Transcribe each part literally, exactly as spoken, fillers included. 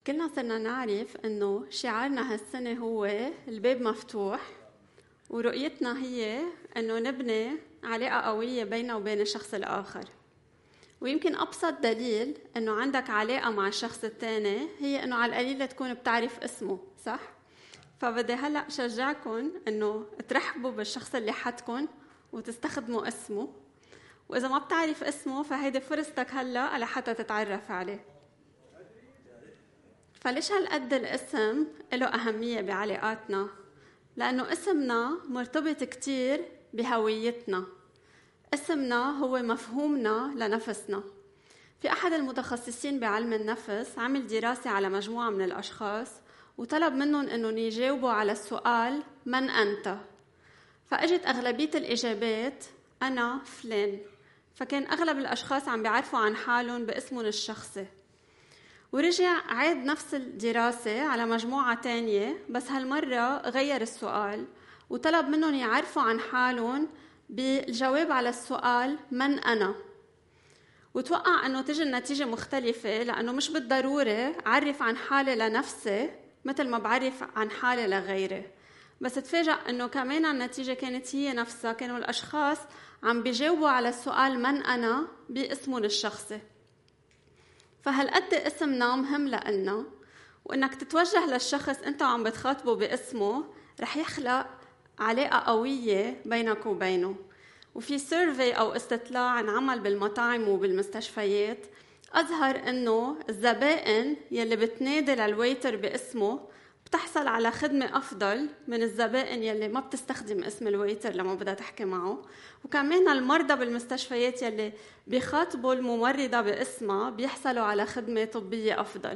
كلنا صرنا نعرف إنه شعارنا هالسنة هو الباب مفتوح، ورؤيتنا هي إنه نبني علاقة قوية بيننا وبين الشخص الآخر. ويمكن أبسط دليل إنه عندك علاقة مع الشخص الثاني هي إنه على القليلة تكون بتعرف اسمه، صح؟ فبدي هلأ شجعكم إنه ترحبوا بالشخص اللي حدكم وتستخدموا اسمه، وإذا ما بتعرف اسمه فهيدي فرصتك هلأ لحتى تتعرف عليه. فليش هالقد الاسم له أهمية بعلاقاتنا؟ لأنه اسمنا مرتبط كتير بهويتنا. اسمنا هو مفهومنا لنفسنا. في أحد المتخصصين بعلم النفس عمل دراسة على مجموعة من الأشخاص وطلب منهم أنهم يجاوبوا على السؤال من أنت؟ فأجت أغلبية الإجابات أنا فلان. فكان أغلب الأشخاص عم بيعرفوا عن حالهم باسمهم الشخصي. ورجع عاد نفس الدراسة على مجموعة تانية، بس هالمرة غير السؤال وطلب منهم يعرفوا عن حالهم بالجواب على السؤال من أنا. وتوقع أنه تجي النتيجة مختلفة، لأنه مش بالضرورة أعرف عن حالي لنفسي مثل ما بعرف عن حالي لغيري. بس تفاجأ أنه كمان النتيجة كانت هي نفسها، كانوا الأشخاص عم بيجاوبوا على السؤال من أنا باسمهم الشخصي. فهالقد اسمنا مهم لنا، وإنك تتوجه للشخص أنت وعم بتخاطبه باسمه رح يخلق علاقة قوية بينك وبينه. وفي سيرفي أو استطلاع انعمل بالمطاعم وبالمستشفيات أظهر إنه الزبائن يلي بتنادي للويتر باسمه بتحصل على خدمة أفضل من الزبائن يلي ما بتستخدم اسم الويتر لما بدها تحكي معه. وكمان المرضى بالمستشفيات يلي بيخاطبوا الممرضة باسمها بيحصلوا على خدمة طبية أفضل.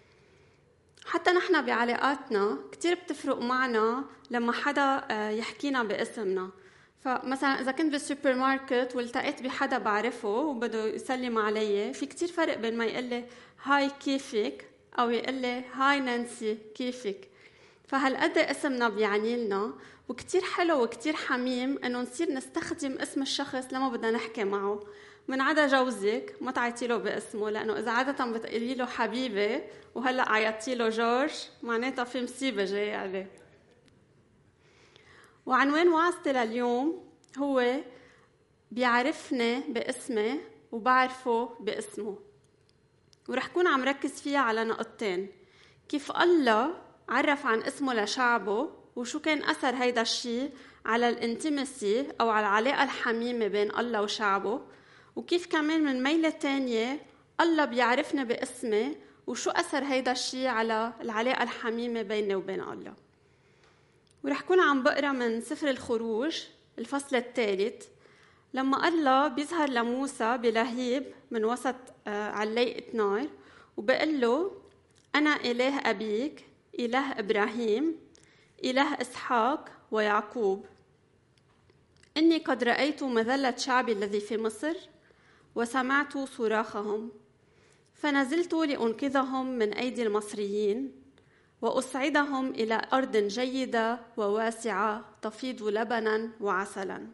حتى نحن بعلاقاتنا كتير بتفرق معنا لما حدا يحكينا باسمنا. فمثلا إذا كنت بالسوبر ماركت والتقيت بحدا بعرفه وبده يسلم علي، في كتير فرق بين ما يقول لي هاي كيفك أو يقول لي هاي نانسي كيفك. فهالقد اسمنا بيعني لنا، وكتير حلو وكتير حميم إنه نصير نستخدم اسم الشخص لما بدنا نحكي معه. من عدا جوزك ما تعيطي له باسمه، لأنه إذا عادة بتقولي له حبيبي وهلأ عيطتي له جورج معناتها في مصيبة جاية عليه. وعنوان وعظتي لليوم هو بيعرفني باسمي وبعرفه باسمه، ورح كون عم ركز فيها على نقطتين: كيف الله عرف عن اسمه لشعبه وشو كان أثر هيدا الشيء على الانتمسي أو على العلاقة الحميمة بين الله وشعبه، وكيف كمان من ميلة تانية الله بيعرفني باسمي وشو أثر هيدا الشيء على العلاقة الحميمة بيني وبين الله. ورح كون عم بقرأ من سفر الخروج الفصل الثالث، لما الله بيظهر لموسى بلهيب من وسط عليقة نار وبقول له أنا إله أبيك، إله إبراهيم، إله إسحاق ويعقوب. إني قد رأيت مذلة شعبي الذي في مصر وسمعت صراخهم، فنزلت لأنقذهم من أيدي المصريين وأصعدهم إلى أرض جيدة وواسعة تفيض لبنا وعسلا.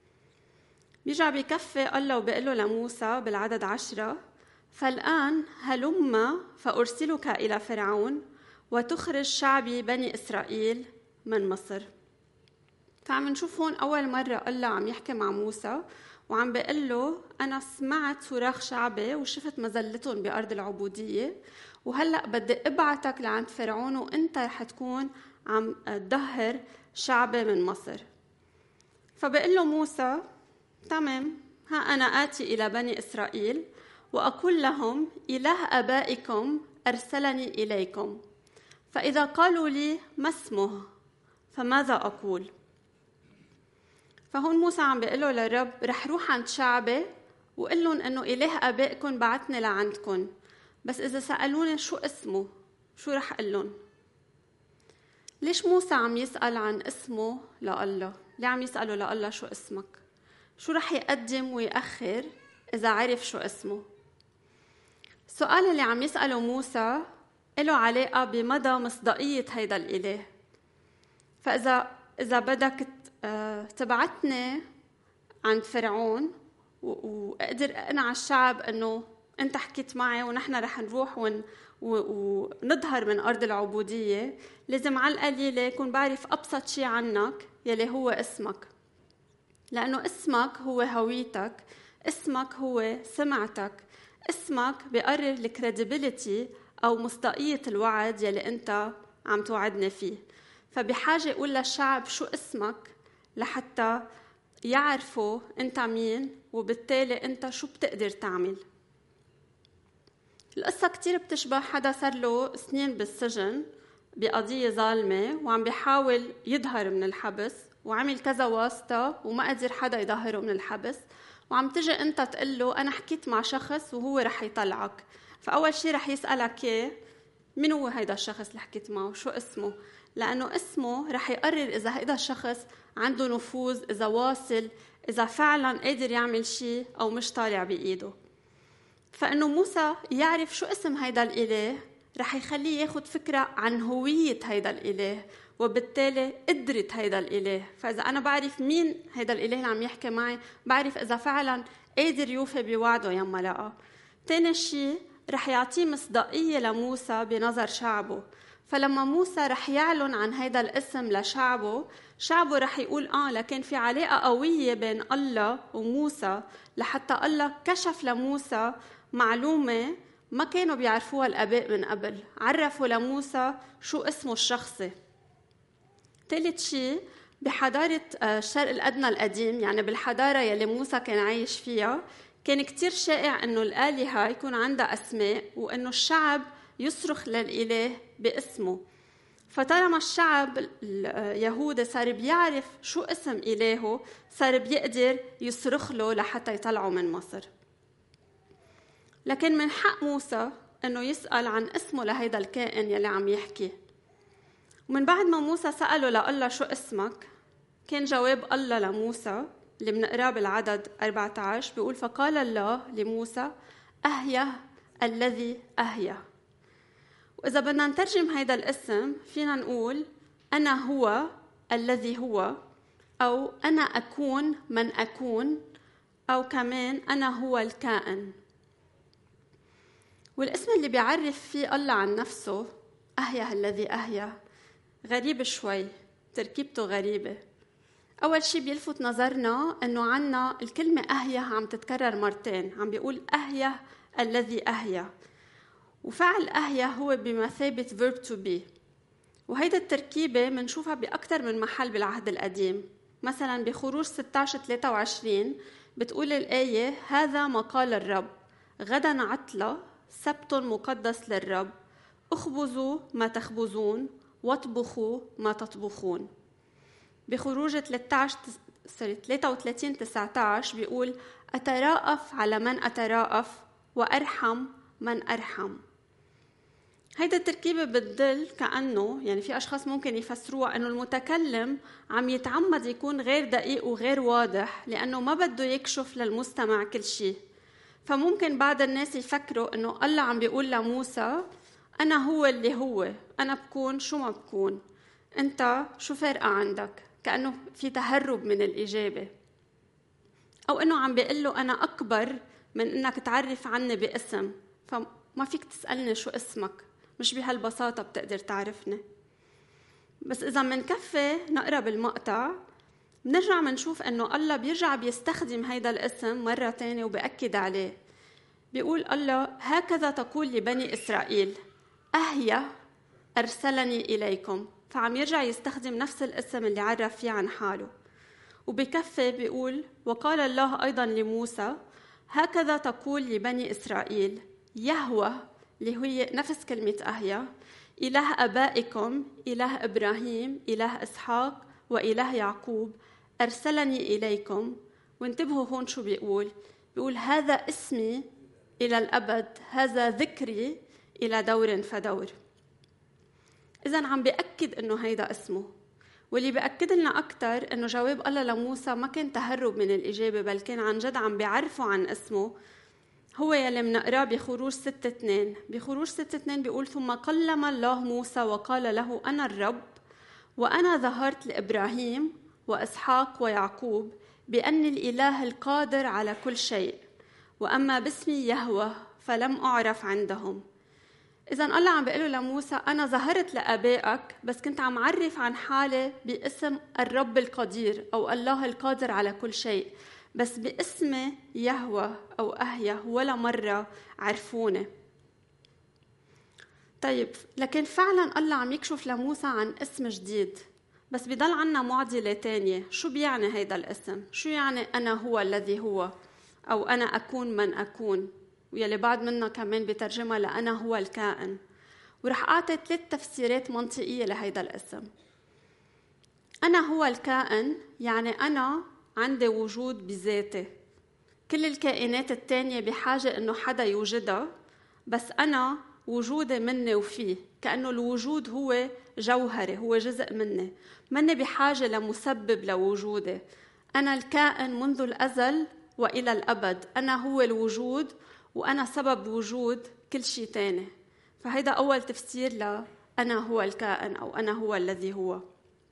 بيجع بكفي الله وبقول له لموسى بالعدد عشرة: فالآن هلم فأرسلك إلى فرعون وتخرج شعبي بني إسرائيل من مصر. فعم نشوف هون أول مرة الله عم يحكي مع موسى وعم بقول له أنا سمعت صراخ شعبي وشفت مذلتهم بأرض العبودية، وهلأ بدي أبعتك لعند فرعون وإنت رح تكون عم تدهر شعبي من مصر. فبقول له موسى تمام، ها أنا آتي إلى بني إسرائيل وأقول لهم إله آبائكم أرسلني إليكم، فإذا قالوا لي ما اسمه فماذا أقول؟ فهون موسى عم بيقول له للرب رح روح عند شعبي وقل لهم إنه إله آبائكم بعتني لعندكم، بس إذا سألوني شو اسمه شو رح أقول لهم؟ ليش موسى عم يسأل عن اسمه لله؟ ليه عم يسأله لله شو اسمك؟ شو رح يقدم ويأخر إذا عرف شو اسمه؟ السؤال اللي عم يسأله موسى له علاقة بمدى مصداقية هيدا الإله. فإذا إذا بدك تبعتني عند فرعون وأقدر أقنع الشعب أنه أنت حكيت معي ونحن رح نروح ونظهر من أرض العبودية، لازم على القليلة يكون بعرف أبسط شيء عنك يلي هو اسمك، لأنه اسمك هو هويتك، اسمك هو سمعتك، اسمك بيقرر الكريديبيليتي أو مصداقية الوعد يلي أنت عم توعدني فيه. فبحاجة أقول للشعب شو اسمك لحتى يعرفوا أنت مين، وبالتالي أنت شو بتقدر تعمل. القصة كتير بتشبه حدا صار له سنين بالسجن بقضية ظالمة وعم بيحاول يظهر من الحبس، وعمل كذا واسطة وما قدر حدا يظهره من الحبس، وعم تجي أنت تقول له أنا حكيت مع شخص وهو رح يطلعك. فأول شيء رح يسألك إيه؟ من هو هيدا الشخص اللي حكيت معه؟ شو اسمه؟ لأنه اسمه رح يقرر إذا هيدا الشخص عنده نفوذ، إذا واصل، إذا فعلا قادر يعمل شيء أو مش طالع بإيده. فإنه موسى يعرف شو اسم هيدا الإله رح يخليه ياخد فكرة عن هوية هيدا الإله، وبالتالي قدرة هيدا الإله. فإذا أنا بعرف مين هيدا الإله اللي عم يحكي معي، بعرف إذا فعلا قادر يوفي بوعده يما لقى. تاني شيء رح يعطيه مصداقية لموسى بنظر شعبه. فلما موسى رح يعلن عن هيدا الاسم لشعبه، شعبه رح يقول آه لكن في علاقة قوية بين الله وموسى، لحتى الله كشف لموسى معلومة ما كانوا بيعرفوها الآباء من قبل، عرفوا لموسى شو اسمه الشخصي. ثالث شيء بحضارة الشرق الأدنى القديم، يعني بالحضارة يلي موسى كان عايش فيها، كان كتير شائع أنه الآلهة يكون عندها أسماء، وأنه الشعب يصرخ للإله باسمه. فطالما الشعب اليهودي صار بيعرف شو اسم إلهه، صار بيقدر يصرخ له لحتى يطلعوا من مصر. لكن من حق موسى أنه يسأل عن اسمه لهيدا الكائن يلي عم يحكي. ومن بعد ما موسى سأله لله شو اسمك، كان جواب الله لموسى اللي بنقراه بالعدد أربعة عشر بيقول فقال الله لموسى أهيا الذي أهيا. وإذا بدنا نترجم هيدا الاسم فينا نقول أنا هو الذي هو، أو أنا أكون من أكون، أو كمان أنا هو الكائن. والاسم اللي بيعرف فيه الله عن نفسه أهيا الذي أهيا غريب شوي، تركيبته غريبة. أول شيء بيلفت نظرنا أنه عنا الكلمة أهيا عم تتكرر مرتين، عم بيقول أهيا الذي أهيا، وفعل أهيا هو بمثابة verb to be. وهيدا التركيبة منشوفها بأكثر من محل بالعهد القديم. مثلا بخروج ستة عشر ثلاثة وعشرين بتقول الآية هذا ما قال الرب غدا عطلة سبت مقدس للرب، اخبزوا ما تخبزون واطبخوا ما تطبخون. بخروج ثلاثة وثلاثين تسعة عشر بيقول أتراءف على من أتراءف وأرحم من أرحم. هيدا التركيبة بتدل كأنه يعني في أشخاص ممكن يفسروها أنه المتكلم عم يتعمد يكون غير دقيق وغير واضح لأنه ما بده يكشف للمستمع كل شيء. فممكن بعض الناس يفكروا أنه الله عم بيقول لموسى أنا هو اللي هو، أنا بكون شو ما بكون، أنت شو فرقة عندك، كأنه في تهرب من الإجابة. أو أنه عم بيقول له أنا أكبر من أنك تعرف عني باسم، فما فيك تسألني شو اسمك، مش بهالبساطة بتقدر تعرفني. بس إذا منكفي نقرأ بالمقطع بنرجع منشوف أنه الله بيرجع بيستخدم هيدا الاسم مرة تانية وبأكد عليه. بيقول الله هكذا تقول لبني إسرائيل أهيا أرسلني إليكم، فعم يرجع يستخدم نفس الاسم اللي عرف فيه عن حاله. وبكفي بيقول وقال الله أيضا لموسى هكذا تقول لبني إسرائيل يهوه اللي هي نفس كلمة أهيا إله أبائكم إله إبراهيم إله إسحاق وإله يعقوب أرسلني إليكم. وانتبهوا هون شو بيقول، بيقول هذا اسمي إلى الأبد، هذا ذكري إلى دور فدور. إذن عم بيأكد إنه هيدا اسمه. واللي بيأكد لنا أكتر إنه جواب الله لموسى ما كان تهرب من الإجابة، بل كان عن جد عم بيعرفوا عن اسمه، هو يلي منقراه بخروج ستة اثنين. بخروج ستة اثنين بيقول ثم كلم الله موسى وقال له أنا الرب وأنا ظهرت لإبراهيم وإسحاق ويعقوب بأن الإله القادر على كل شيء، وأما باسمي يهوه فلم أعرف عندهم. إذا الله عم بيقول لموسى أنا ظهرت لآبائك بس كنت عم عرف عن حالي باسم الرب القدير أو الله القادر على كل شيء، بس باسم يهوه أو أهيه ولا مرة عرفوني. طيب لكن فعلا الله عم يكشف لموسى عن اسم جديد، بس بضل عنا معضلة تانية. شو بيعني هيدا الاسم؟ شو يعني أنا هو الذي هو أو أنا أكون من أكون، ويلي بعض منا كمان بترجمها لأنا هو الكائن؟ ورح أعطي ثلاث تفسيرات منطقية لهيدا الاسم. أنا هو الكائن يعني أنا عندي وجود بذاتي، كل الكائنات التانية بحاجة إنه حدا يوجدها، بس أنا وجودي مني وفيه، كأنه الوجود هو جوهري، هو جزء مني، مني بحاجة لمسبب لوجودي. أنا الكائن منذ الأزل وإلى الأبد، أنا هو الوجود وأنا سبب وجود كل شيء تاني. فهيدا أول تفسير ل أنا هو الكائن أو أنا هو الذي هو.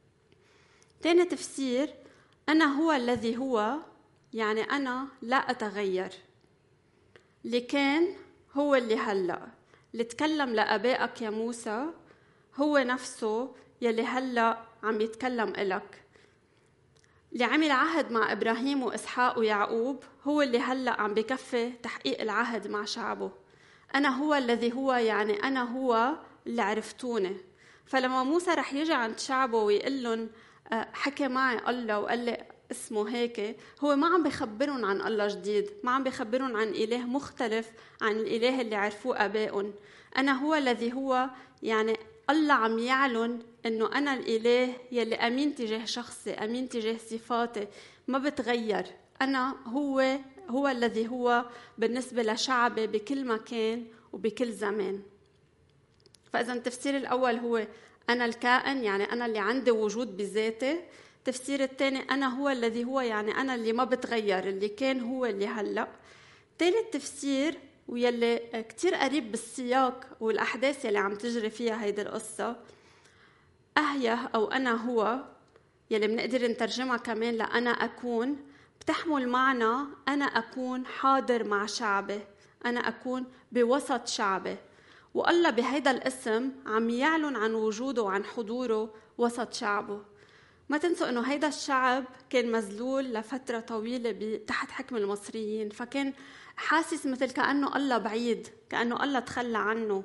تاني تفسير، أنا هو الذي هو يعني أنا لا أتغير، اللي كان هو اللي هلأ، اللي تكلم لآبائك يا موسى هو نفسه يلي هلأ عم يتكلم إلك، اللي عمل عهد مع إبراهيم وإسحاق ويعقوب هو اللي هلأ عم بكفي تحقيق العهد مع شعبه. أنا هو الذي هو يعني أنا هو اللي عرفتوني. فلما موسى رح يجي عند شعبه ويقول لهم حكي معي الله وقال لي اسمه هيك، هو ما عم بيخبرون عن الله جديد، ما عم بيخبرون عن إله مختلف عن الإله اللي عرفوه آبائهم. أنا هو الذي هو يعني الله عم يعلن إنه أنا الإله يلي أمين تجاه شخصي، أمين تجاه صفاتي، ما بتغير. أنا هو هو الذي هو بالنسبة لشعبي بكل مكان وبكل زمان. فإذا التفسير الأول هو أنا الكائن يعني أنا اللي عندي وجود بذاتي. التفسير الثاني أنا هو الذي هو يعني أنا اللي ما بتغير، اللي كان هو اللي هلأ. ثالث تفسير ويلي كتير قريب بالسياق والأحداث يلي عم تجري فيها هيدي القصة، أهيه أو أنا هو يلي بنقدر نترجمها كمان لأنا أكون، بتحمل معنى أنا أكون حاضر مع شعبي، أنا أكون بوسط شعبي. والله بهيدا الاسم عم يعلن عن وجوده وعن حضوره وسط شعبه. ما تنسوا إنه هيدا الشعب كان مذلول لفترة طويلة تحت حكم المصريين، فكان حاسس مثل كأنه الله بعيد، كأنه الله تخلى عنه.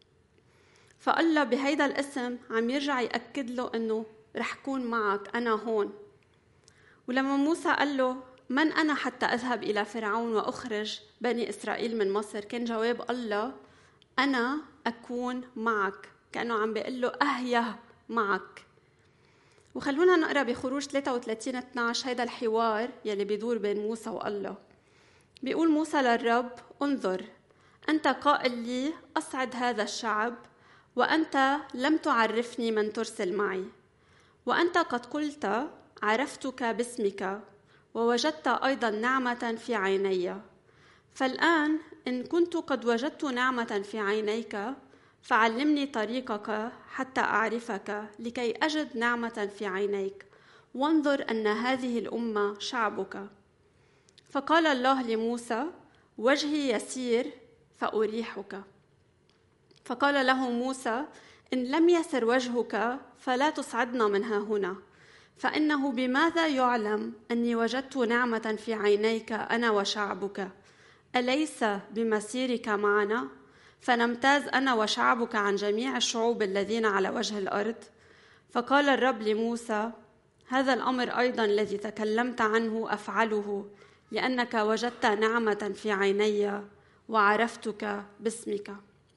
فالله بهيدا الاسم عم يرجع يأكد له إنه رح كون معك، أنا هون. ولما موسى قال له من أنا حتى أذهب إلى فرعون وأخرج بني إسرائيل من مصر، كان جواب الله أنا أكون معك، كأنه عم بيقول له أهيه معك. وخلونا نقرأ بخروج ثلاثة وثلاثين اثناشر هيدا الحوار يلي بيدور بين موسى والله. بيقول موسى للرب انظر أنت قائل لي أصعد هذا الشعب، وأنت لم تعرفني من ترسل معي، وأنت قد قلت عرفتك باسمك ووجدت أيضا نعمة في عيني. فالآن إن كنت قد وجدت نعمة في عينيك فعلمني طريقك حتى أعرفك لكي أجد نعمة في عينيك، وانظر أن هذه الأمة شعبك. فقال الله لموسى وجهي يسير فأريحك. فقال له موسى إن لم يسر وجهك فلا تصعدنا منها هنا، فإنه بماذا يعلم أني وجدت نعمة في عينيك أنا وشعبك؟ أليس بمسيرك معنا فنمتاز أنا وشعبك عن جميع الشعوب الذين على وجه الأرض؟ فقال الرب لموسى هذا الأمر أيضا الذي تكلمت عنه أفعله، لأنك وجدت نعمة في عيني وعرفتك باسمك.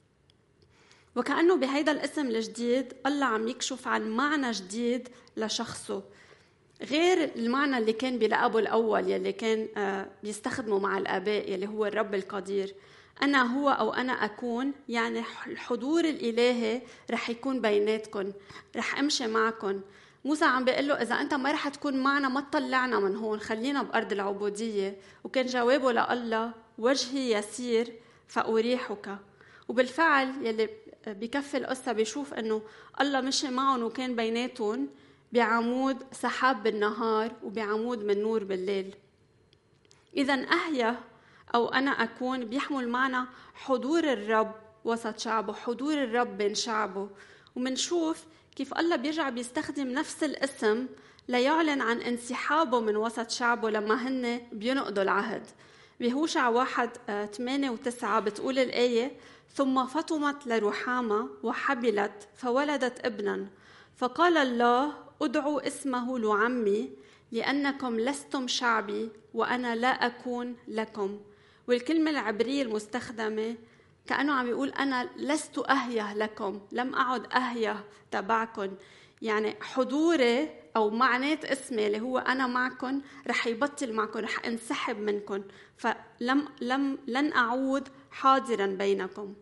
وكأنه بهيدا الاسم الجديد الله عم يكشف عن معنى جديد لشخصه، غير المعنى اللي كان بلقبه الأول يلي كان بيستخدمه مع الآباء يلي هو الرب القدير. أنا هو أو أنا أكون يعني الحضور الإلهي رح يكون بيناتكم، رح أمشي معكم. موسى عم بيقول له إذا أنت ما رح تكون معنا ما تطلعنا من هون، خلينا بأرض العبودية. وكان جوابه لله وجهي يسير فأريحك. وبالفعل يلي بكفي القصة بيشوف أنه الله مشي معهم وكان بيناتهم بعمود سحاب بالنهار وبعمود من نور بالليل. إذن أهيه أو أنا أكون بيحمل معنا حضور الرب وسط شعبه، حضور الرب بين شعبه. ومنشوف كيف الله بيرجع بيستخدم نفس الاسم ليعلن عن انسحابه من وسط شعبه لما هن بينقضوا العهد. بهوشع واحد ثمانية وتسعة بتقول الآية: ثم فطمت لرحامة وحبلت فولدت ابنا، فقال الله: ادعوا اسمه لعمي، لأنكم لستم شعبي وأنا لا أكون لكم. والكلمة العبرية المستخدمة كأنه عم يقول أنا لست أهيه لكم، لم أعد أهيه تبعكم. يعني حضوري أو معنات اسمي اللي هو أنا معكم رح يبطل معكم، رح انسحب منكم، فلم لم لن أعود حاضرا بينكم.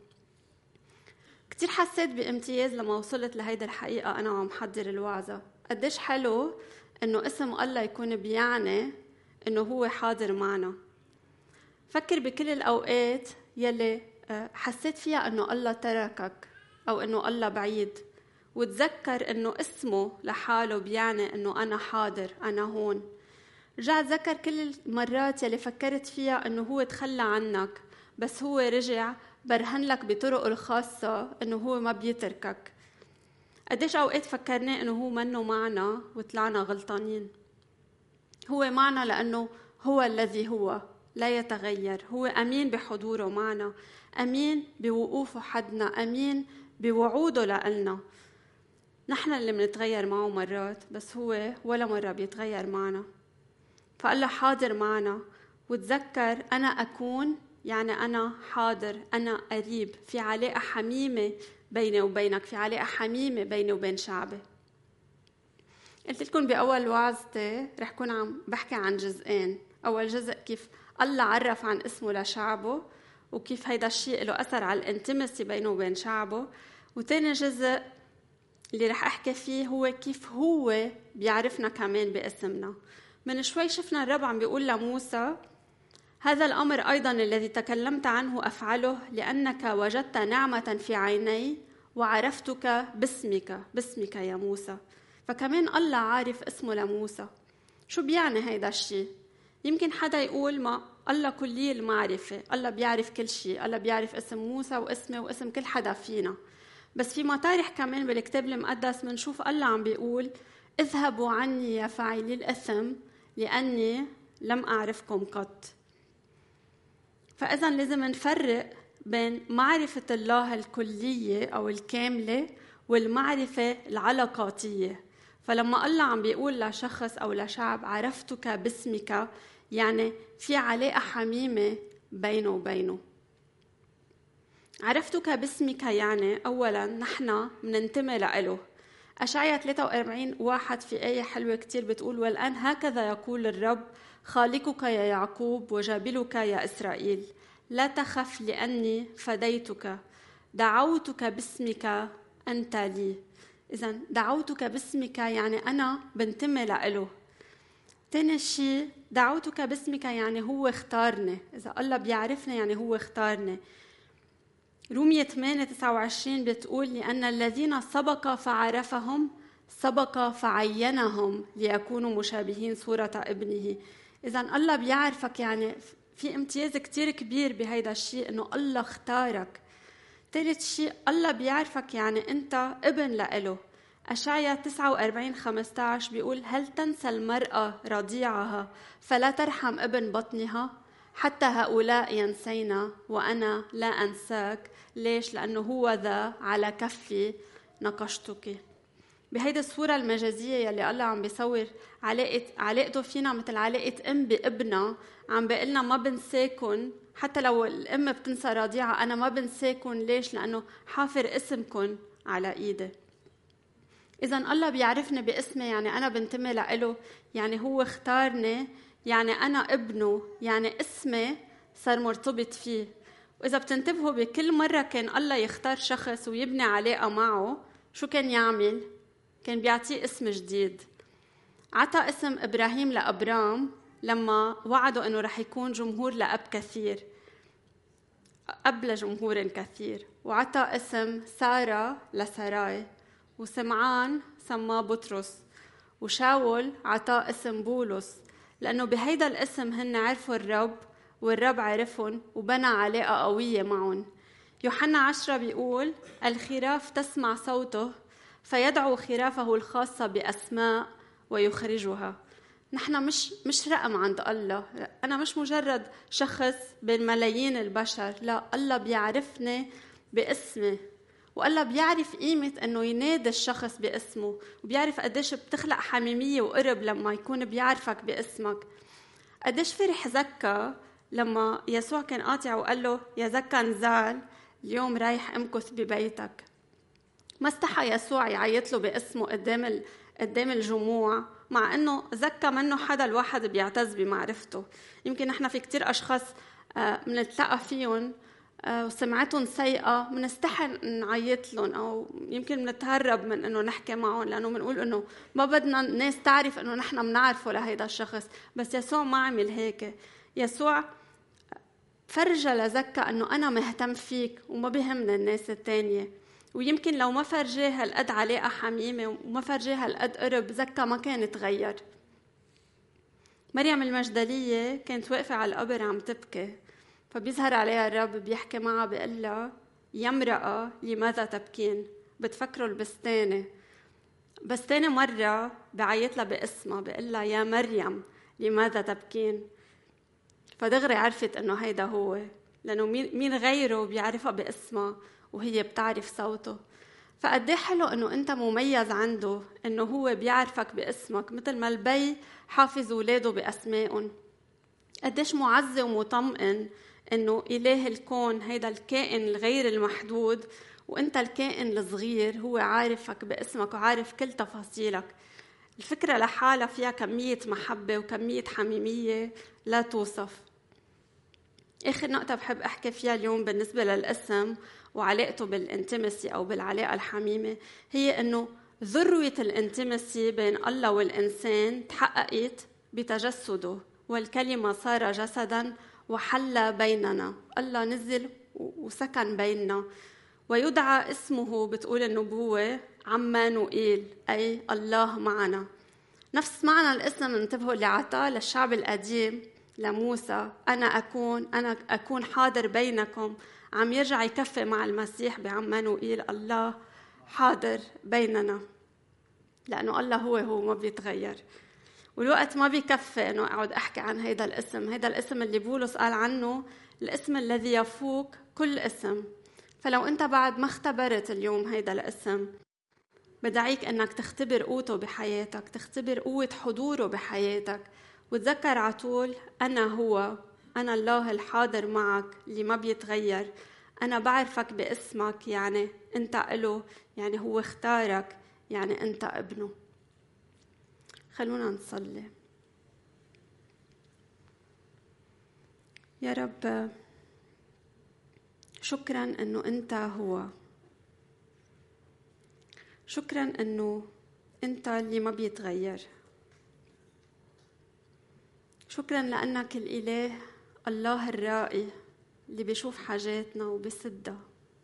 كتير حسيت بامتياز لما وصلت لهيدا الحقيقة أنا وعم حضر الوعظة، قديش حلو إنه اسم الله يكون بيعني إنه هو حاضر معنا. فكر بكل الأوقات يلي حسيت فيها إنه الله تركك أو إنه الله بعيد، وتذكر إنه اسمه لحاله بيعني إنه أنا حاضر، أنا هون. رجع تذكر كل المرات يلي فكرت فيها إنه هو تخلى عنك، بس هو رجع برهن لك بطرق الخاصة إنه هو ما بيتركك. قديش أوقات فكرنا إنه هو منه معنا وطلعنا غلطانين. هو معنا لأنه هو الذي هو لا يتغير، هو أمين بحضوره معنا، أمين بوقوفه حدنا، أمين بوعوده لنا. نحن اللي منتغير معه مرات، بس هو ولا مرة بيتغير معنا. فالله حاضر معنا، وتذكر أنا أكون يعني أنا حاضر، أنا قريب، في علاقة حميمة بيني وبينك، في علاقة حميمة بيني وبين شعبي. قلت لكم بأول وعظتي رح كون عم بحكي عن جزئين. أول جزء كيف الله عرف عن اسمه لشعبه وكيف هيدا الشيء له أثر على الانتمسي بينه وبين شعبه. وتاني جزء اللي رح أحكي فيه هو كيف هو بيعرفنا كمان باسمنا. من شوي شفنا الرب عم بيقول لموسى: هذا الأمر أيضا الذي تكلمت عنه أفعله، لأنك وجدت نعمة في عيني وعرفتك باسمك، باسمك يا موسى. فكمان الله عارف اسمه لموسى. شو بيعني هيدا الشيء؟ يمكن حدا يقول ما الله كلي المعرفة، الله بيعرف كل شيء، الله بيعرف اسم موسى واسمه واسم كل حدا فينا. بس في مطارح كمان بالكتاب المقدس منشوف الله عم بيقول: اذهبوا عني يا فاعلي الإثم لأني لم أعرفكم قط. فإذا لازم نفرق بين معرفة الله الكلية أو الكاملة والمعرفة العلاقاتية. فلما الله عم بيقول لشخص أو لشعب عرفتك باسمك، يعني في علاقة حميمة بينه وبينه. عرفتك باسمك يعني أولا نحن مننتمي له. أشعياء ثلاثة وأربعين واحد في آية حلوة كتير بتقول: والآن هكذا يقول الرب خالقك يا يعقوب وجابلك يا إسرائيل، لا تخف لأني فديتك، دعوتك باسمك أنت لي. إذن دعوتك باسمك يعني أنا بنتمي له. تاني شيء دعوتك باسمك يعني هو اختارني. إذا الله بيعرفنا يعني هو اختارني. رومية ثمانية تسعة وعشرين بتقول: لأن الذين سبق فعرفهم سبق فعينهم ليكونوا مشابهين صورة ابنه. إذن الله بيعرفك، يعني في امتياز كتير كبير بهيدا الشيء إنه الله اختارك. ثالث شيء الله بيعرفك يعني أنت ابن لإله. أشعياء تسعة وأربعين خمسة عشر بيقول: هل تنسى المرأة رضيعها فلا ترحم ابن بطنها؟ حتى هؤلاء ينسينا وأنا لا أنساك. ليش؟ لأنه هو ذا على كفي نقشتك. بهيدي الصورة المجازية يلي الله عم بيصور علاقة علاقته فينا مثل علاقة أم بابنها، عم بيقلنا ما بنساكن. حتى لو الأم بتنسى رضيعة أنا ما بنساكن. ليش؟ لأنه حافر اسمكن على إيدي. إذن الله بيعرفني باسمي يعني أنا بنتمي له، يعني هو اختارني، يعني أنا ابنه، يعني اسمي صار مرتبط فيه. وإذا بتنتبهوا بكل مرة كان الله يختار شخص ويبني علاقة معه، شو كان يعمل؟ كان بيعطيه اسم جديد. عطى اسم إبراهيم لأبرام لما وعدوا أنه رح يكون جمهور لأب كثير، أب لجمهور كثير. وعطى اسم سارة لسراي، وسمعان سماه بطرس، وشاول عطى اسم بولس، لأنه بهيدا الاسم هن عرفوا الرب والرب عرفهم وبنى علاقة قوية معهم. يوحنا عشرة بيقول الخراف تسمع صوته فيدعو خرافه الخاصة بأسماء ويخرجها. نحن مش مش رقم عند الله، أنا مش مجرد شخص بين ملايين البشر، لا، الله بيعرفني باسمي، والله بيعرف قيمة إنه ينادي الشخص باسمه، وبيعرف قديش بتخلق حميمية وقرب لما يكون بيعرفك باسمك. قديش فرح زكا لما يسوع كان قاطع وقال له يا زكا نزال اليوم رايح امكث ببيتك. ما استحى يسوع يعيط له باسمه قدام قدام الجموع، مع انه زكا منه حدا الواحد بيعتز بمعرفته. يمكن نحن في كتير اشخاص بنتلقى فيهم وسمعتهم سيئة منستحي نعيط لهم، أو يمكن منتهرب من إنه نحكي معهم لأنه منقول إنه ما بدنا الناس تعرف إنه نحن منعرفه لهيدا الشخص. بس يسوع ما عمل هيك. يسوع فرجى لزكا إنه أنا مهتم فيك وما بيهمني الناس التانية. ويمكن لو ما فرجاه هالقد علاقة حميمة وما فرجاه هالقد قرب، زكا ما كان تغير. مريم المجدلية كانت واقفة على القبر عم تبكي، فبيظهر عليها الرب بيحكي معها بيقول لها يا امرأة لماذا تبكين؟ بتفكروا البستانة. بستانة مرة بعيط لها باسمها بيقول لها يا مريم لماذا تبكين؟ فدغري عرفت انه هيدا هو، لانه مين غيره بيعرفها باسمها وهي بتعرف صوته. فقديه حلو انه انت مميز عنده، انه هو بيعرفك باسمك مثل ما البي حافظ ولاده باسمائهم. قديش معزي ومطمئن انه اله الكون هيدا الكائن الغير المحدود وانت الكائن الصغير هو عارفك باسمك وعارف كل تفاصيلك. الفكرة لحالها فيها كمية محبة وكمية حميمية لا توصف. آخر نقطة بحب أحكي فيها اليوم بالنسبة للاسم وعلاقته بالانتمسي أو بالعلاقة الحميمة، هي أنه ذروة الانتمسي بين الله والإنسان تحققت بتجسده، والكلمة صار جسداً وحل بيننا. الله نزل وسكن بيننا، ويدعى اسمه بتقول النبوة عمانوئيل، أي الله معنا. نفس معنى الاسم انتبهوا اللي عطاه للشعب القديم لموسى، أنا أكون أنا أكون حاضر بينكم، عم يرجع يكفي مع المسيح بعمانوئيل، الله حاضر بيننا، لأنه الله هو هو ما بيتغير. والوقت ما بيكفي أنه أقعد أحكي عن هيدا الاسم. هيدا الاسم اللي بولس قال عنه الاسم الذي يفوق كل اسم. فلو أنت بعد ما اختبرت اليوم هيدا الاسم، بدعيك أنك تختبر قوته بحياتك، تختبر قوة حضوره بحياتك، وتذكر عطول أنا هو، أنا الله الحاضر معك اللي ما بيتغير. أنا بعرفك باسمك، يعني أنت إله، يعني هو اختارك، يعني أنت ابنه. خلونا نصلي. يا رب، شكراً أنه أنت هو، شكراً أنه أنت اللي ما بيتغير، شكراً لأنك الإله الله الرائي اللي بيشوف حاجاتنا وبيسدها.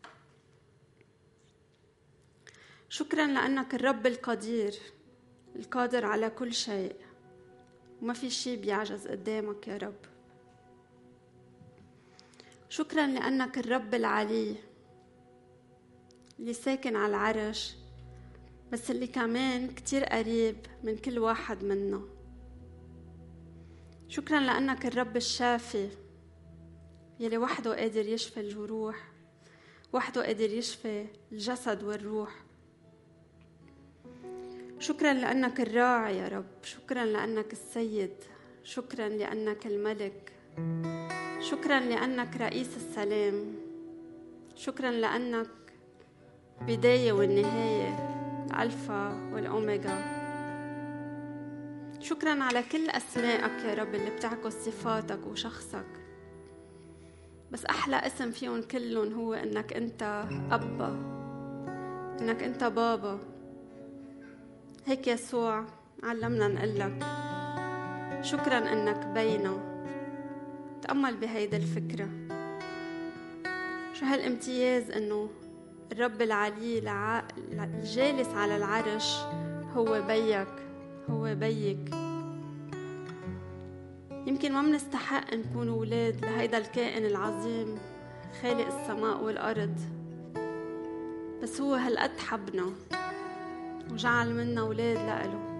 شكراً لأنك الرب القدير القادر على كل شيء، وما في شيء بيعجز قدامك يا رب. شكراً لأنك الرب العلي اللي ساكن على العرش، بس اللي كمان كتير قريب من كل واحد منا. شكراً لأنك الرب الشافي يلي وحده قادر يشفي الجروح، وحده قادر يشفي الجسد والروح. شكراً لأنك الراعي يا رب، شكراً لأنك السيد، شكراً لأنك الملك، شكراً لأنك رئيس السلام، شكراً لأنك بداية والنهاية، الألفا والأوميغا. شكراً على كل أسمائك يا رب اللي بتعكس صفاتك وشخصك، بس أحلى اسم فيهم كلهم هو إنك أنت أبا، إنك أنت بابا. هيك يسوع علمنا نقلك شكراً إنك بينا. تأمل بهيدا الفكرة، شو هالامتياز إنه الرب العلي الجالس على العرش هو بيك، هو بيك. يمكن ما منستحق نكون أولاد لهيدا الكائن العظيم خالق السماء والأرض، بس هو هالقد حبنا وجعل منا أولاد لإله.